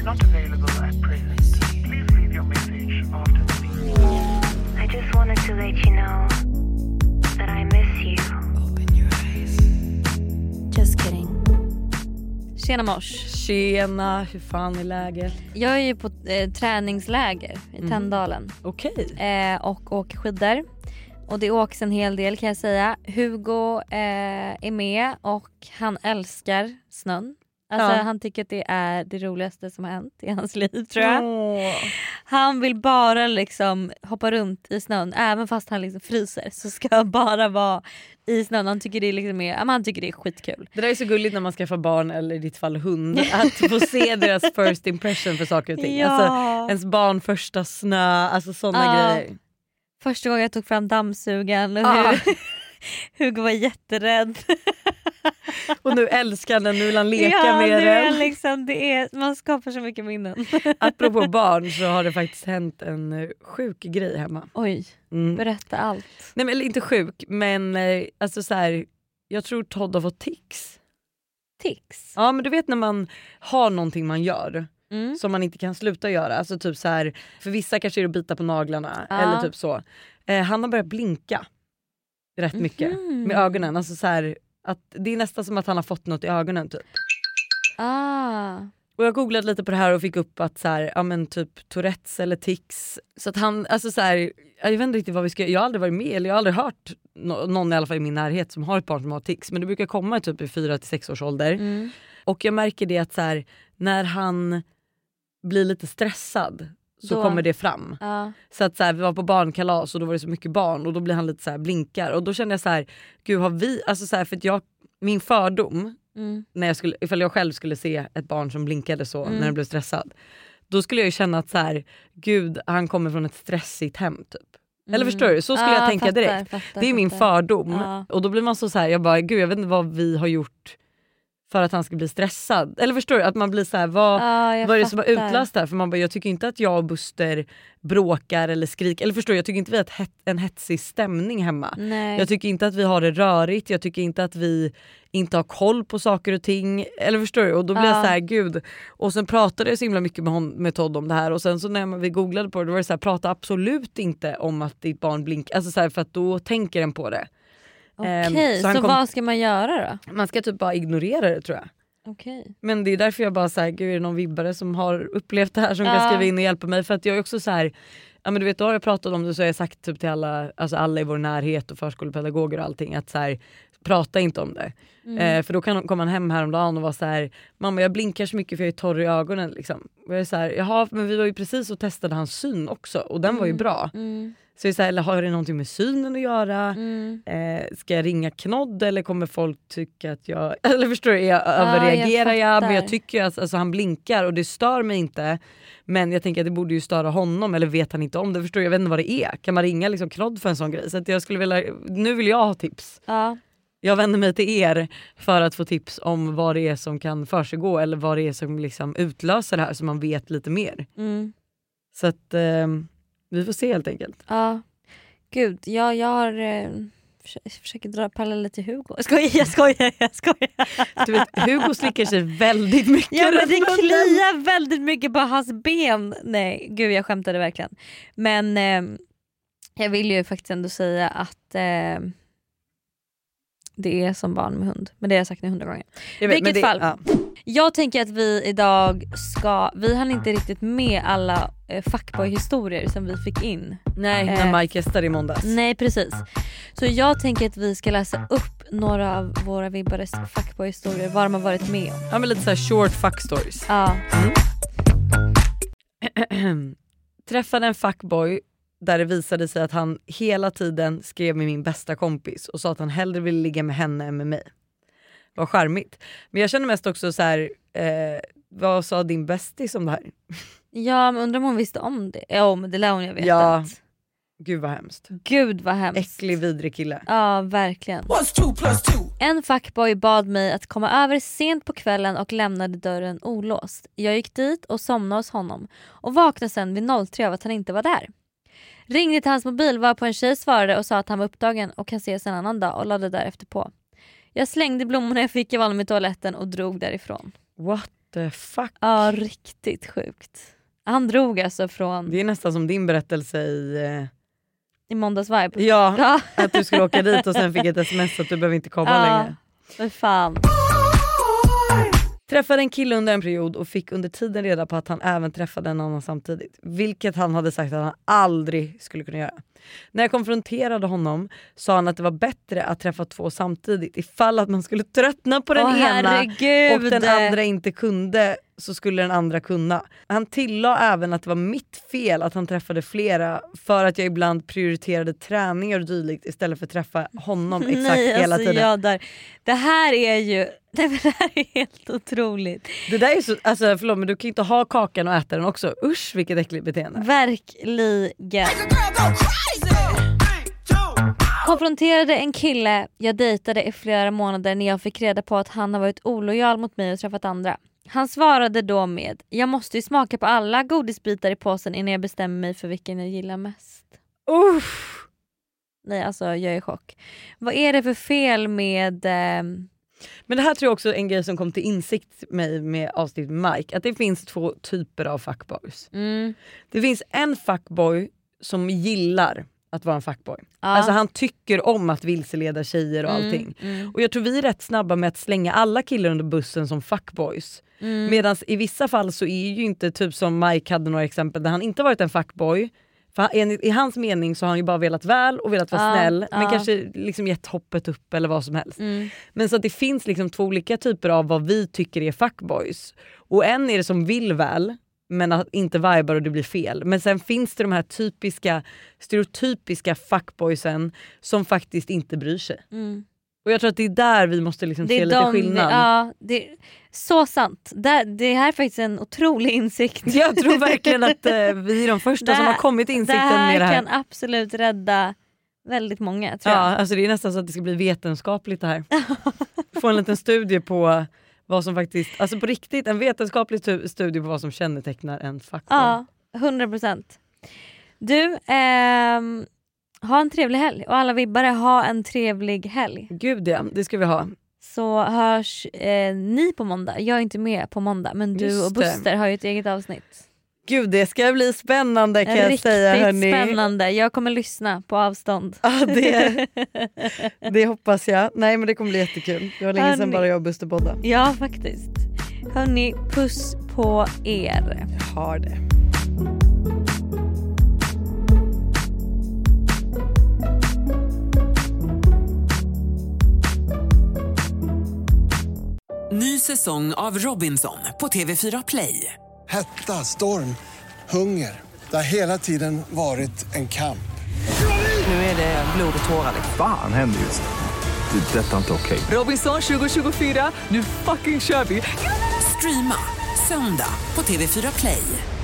not available at present. Please leave your message after the beep. I just wanted to let you know that I miss you. Open your eyes. Just kidding. Tjena Mors. Tjena, hur fan är läget? Jag är ju på träningsläger i Tänndalen. Okej. Och åker skidor. Och det åks en hel del kan jag säga. Hugo är med och han älskar snön. Alltså han tycker att det är det roligaste som har hänt i hans liv tror jag. Han vill bara liksom hoppa runt i snön. Även fast han liksom fryser så ska han bara vara i snön. Han tycker det är liksom han tycker det är skitkul. Det där är så gulligt när man skaffar barn eller i ditt fall hund. Att få se deras first impression för saker och ting. Ja. Alltså ens barn första snö. Alltså sådana grejer. Första gången jag tog fram dammsugan och Hugo var jätterädd. Och nu älskar han den, nu vill han leka med den. Liksom, man skapar så mycket minnen. Apropå barn så har det faktiskt hänt en sjuk grej hemma. Oj, berätta allt. Nej men inte sjuk, men alltså så här, jag tror Todd har fått tics. Tics? Ja men du vet när man har någonting man gör som man inte kan sluta göra. Alltså typ så här, för vissa kanske är det att bita på naglarna eller typ så. Han har börjat blinka rätt mycket med ögonen. Alltså så här, att det är nästan som att han har fått något i ögonen typ. Och jag googlade lite på det här och fick upp att så här, ja men typ Tourettes eller tics. Så att han, alltså så här, jag vet inte riktigt vad vi ska. Jag har aldrig varit med eller jag har aldrig hört någon i alla fall i min närhet som har ett barn som har tics. Men det brukar komma typ i 4-6 års ålder. Och jag märker det att så här, när han blir lite stressad så kommer det fram. Så att så här, vi var på barnkalas och då var det så mycket barn och då blir han lite så här blinkar och då kände jag så här, gud har vi, alltså så här, för att min fördom när jag skulle, ifall jag själv skulle se ett barn som blinkade så när den blev stressad, då skulle jag ju känna att så här, gud han kommer från ett stressigt hem typ. Eller förstår du? Så skulle jag tänka direkt. Det är min fördom. Och då blir man så här, jag bara gud jag vet inte vad vi har gjort för att han ska bli stressad. Eller förstår du? Att man blir så här, vad är det som har utlöst där? För man bara, jag tycker inte att jag och Buster bråkar eller skriker. Eller förstår du? Jag tycker inte vi har en hetsig stämning hemma. Nej. Jag tycker inte att vi har det rörigt. Jag tycker inte att vi inte har koll på saker och ting. Eller förstår du? Och då blir jag så här, gud. Och sen pratade jag så himla mycket med Todd om det här. Och sen så när vi googlade på det, då var det så här, prata absolut inte om att ditt barn blinkar. Alltså så här, för att då tänker den på det. Okej, så vad ska man göra då? Man ska typ bara ignorera det tror jag. Okej. Men det är därför jag bara säger, gud är det någon vibbare som har upplevt det här som kan skriva in och hjälpa mig. För att jag är också så här, ja men du vet då har jag pratat om det så har jag sagt typ till alla, alltså alla i vår närhet och förskolepedagoger och allting att så här, prata inte om det. För då kommer man hem häromdagen och vara så här, mamma jag blinkar så mycket för jag är torr i ögonen liksom. Och jag är så här, jaha men vi var ju precis och testade hans syn också och den var ju bra. Så jag säger, eller har det någonting med synen att göra? Ska jag ringa knodd eller kommer folk tycka att jag... Eller förstår du, överreagerar jag? Men jag tycker att alltså, han blinkar och det stör mig inte. Men jag tänker att det borde ju störa honom. Eller vet han inte om det? Förstår du, jag vet inte vad det är. Kan man ringa liksom knodd för en sån grej? Så att jag skulle vilja... Nu vill jag ha tips. Jag vänder mig till er för att få tips om vad det är som kan försiggå. Eller vad det är som liksom utlöser det här så man vet lite mer. Så att... vi får se helt enkelt. Ja, gud, jag har försöker dra paralleller till Hugo. Jag skojar. Du vet, Hugo slickar sig väldigt mycket. Ja, men det kliar väldigt mycket på hans ben. Nej, gud jag skämtade verkligen. Men jag vill ju faktiskt ändå säga att det är som barn med hund. Men det har jag sagt nu 100 gånger. I vilket fall. Ja. Jag tänker att vi idag vi hann inte riktigt med alla fuckboy-historier som vi fick in. Nej, när Mike gästade i måndags. Nej, precis. Så jag tänker att vi ska läsa upp några av våra vibbares fuckboy-historier. Vad de har varit med om. Ja, men lite så här short fuck stories. Ja. Träffade en fuckboy där det visade sig att han hela tiden skrev med min bästa kompis och sa att han hellre ville ligga med henne än med mig. Vad charmigt. Men jag känner mest också så här, vad sa din bästis om det här? Ja, men undrar om hon visste om det. Ja, men det lär hon ju veta. Ja, gud vad hemskt. Gud vad hemskt. Äcklig, vidrig kille. Ja, verkligen. En fuckboy bad mig att komma över sent på kvällen och lämnade dörren olåst. Jag gick dit och somnade hos honom och vaknade sen vid 03 av att han inte var där. Ringde till hans mobil var på en tjej svarade och sa att han var upptagen och kan ses en annan dag och lade därefter på. Jag slängde blommorna jag fick i vallen i toaletten och drog därifrån. What the fuck? Ja, riktigt sjukt. Han drog alltså från... Det är nästan som din berättelse I måndagsvibe. Ja, att du skulle åka dit och sen fick ett sms att du behöver inte komma längre. För fan. Träffade en kille under en period och fick under tiden reda på att han även träffade en annan samtidigt. Vilket han hade sagt att han aldrig skulle kunna göra. När jag konfronterade honom sa han att det var bättre att träffa 2 samtidigt. Ifall att man skulle tröttna på den ena herregud. och den andra inte kunde, så skulle den andra kunna. Han tillade även att det var mitt fel att han träffade flera, för att jag ibland prioriterade träningar och dylikt istället för att träffa honom exakt hela tiden. Det här är ju... Det här är helt otroligt. Det där är så, alltså förlåt, men du kan inte ha kakan och äta den också. Usch, vilket äckligt beteende. Verkligen. Konfronterade en kille jag dejtade i flera månader när jag fick reda på att han har varit olojal mot mig och träffat andra. Han svarade då med: jag måste ju smaka på alla godisbitar i påsen innan jag bestämmer mig för vilken jag gillar mest. Nej, alltså jag är i chock. Vad är det för fel med... Men det här tror jag också är en grej som kom till insikt med avsnitt med Mike. Att det finns 2 typer av fuckboys. Det finns en fuckboy som gillar att vara en fuckboy. Alltså han tycker om att vilseleda tjejer och allting. Och jag tror vi är rätt snabba med att slänga alla killar under bussen som fuckboys. Medan i vissa fall så är ju inte, typ som Mike hade några exempel där han inte varit en fuckboy. För i hans mening så har han ju bara velat väl och velat vara snäll, men kanske liksom gett hoppet upp eller vad som helst. Men så att det finns liksom 2 olika typer av vad vi tycker är fuckboys. Och en är det som vill väl, men att inte vibar och det blir fel. Men sen finns det de här stereotypiska fuckboysen som faktiskt inte bryr sig. Och jag tror att det är där vi måste liksom se lite skillnad. Det är så sant. Det här är faktiskt en otrolig insikt. Jag tror verkligen att vi är de första som har kommit insikten med det här. Det kan absolut rädda väldigt många, tror jag. Ja, alltså det är nästan så att det ska bli vetenskapligt det här. Få en liten studie på vad som faktiskt, alltså på riktigt, en vetenskaplig studie på vad som kännetecknar en fuckboy. Ja, 100%. Du, ha en trevlig helg. Och alla vibbare, ha en trevlig helg. Gud ja, det ska vi ha. Så hörs ni på måndag. Jag är inte med på måndag, men du och Buster har ju ett eget avsnitt. Gud, det ska bli spännande kan jag säga, hörni. Riktigt spännande. Jag kommer lyssna på avstånd. Ja, det hoppas jag. Nej, men det kommer bli jättekul. Det var länge sedan bara jag och Buster bodde. Ja, faktiskt. Hörni, puss på er. Jag har det. Ny säsong av Robinson på TV4 Play. Hetta, storm, hunger. Det har hela tiden varit en kamp. Nu är det blod och tårar. Fan händer just det. Det är detta inte okej. Robinson 2024, nu fucking kör vi. Streama söndag på TV4 Play.